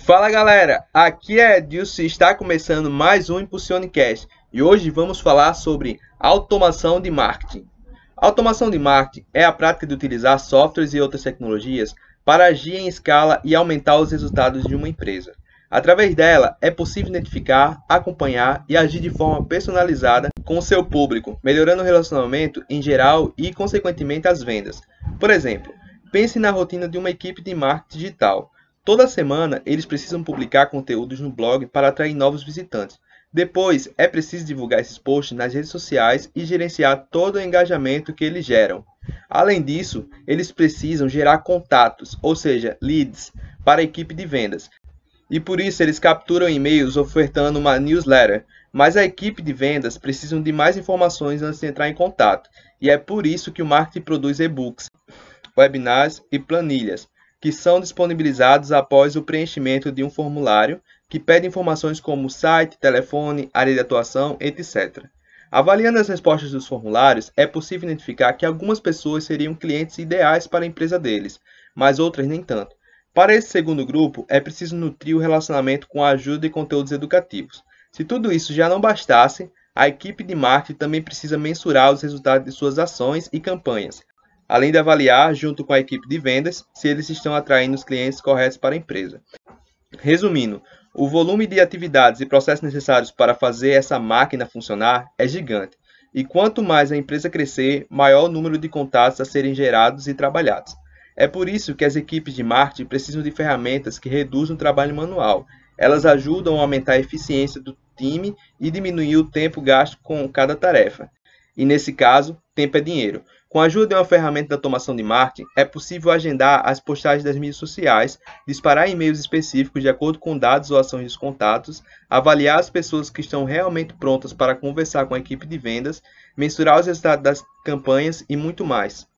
Fala galera, aqui é Edilson e está começando mais um ImpulsioneCast e hoje vamos falar sobre automação de marketing. Automação de marketing é a prática de utilizar softwares e outras tecnologias para agir em escala e aumentar os resultados de uma empresa. Através dela, é possível identificar, acompanhar e agir de forma personalizada com o seu público, melhorando o relacionamento em geral e, consequentemente, as vendas. Por exemplo, pense na rotina de uma equipe de marketing digital. Toda semana, eles precisam publicar conteúdos no blog para atrair novos visitantes. Depois, é preciso divulgar esses posts nas redes sociais e gerenciar todo o engajamento que eles geram. Além disso, eles precisam gerar contatos, ou seja, leads, para a equipe de vendas. E por isso eles capturam e-mails ofertando uma newsletter. Mas a equipe de vendas precisa de mais informações antes de entrar em contato. E é por isso que o marketing produz e-books, webinars e planilhas, que são disponibilizados após o preenchimento de um formulário que pede informações como site, telefone, área de atuação, etc. Avaliando as respostas dos formulários, é possível identificar que algumas pessoas seriam clientes ideais para a empresa deles, mas outras nem tanto. Para esse segundo grupo, é preciso nutrir o relacionamento com a ajuda e conteúdos educativos. Se tudo isso já não bastasse, a equipe de marketing também precisa mensurar os resultados de suas ações e campanhas, além de avaliar, junto com a equipe de vendas, se eles estão atraindo os clientes corretos para a empresa. Resumindo, o volume de atividades e processos necessários para fazer essa máquina funcionar é gigante, e quanto mais a empresa crescer, maior o número de contatos a serem gerados e trabalhados. É por isso que as equipes de marketing precisam de ferramentas que reduzam o trabalho manual. Elas ajudam a aumentar a eficiência do time e diminuir o tempo gasto com cada tarefa. E nesse caso, tempo é dinheiro. Com a ajuda de uma ferramenta de automação de marketing, é possível agendar as postagens das mídias sociais, disparar e-mails específicos de acordo com dados ou ações dos contatos, avaliar as pessoas que estão realmente prontas para conversar com a equipe de vendas, mensurar os resultados das campanhas e muito mais.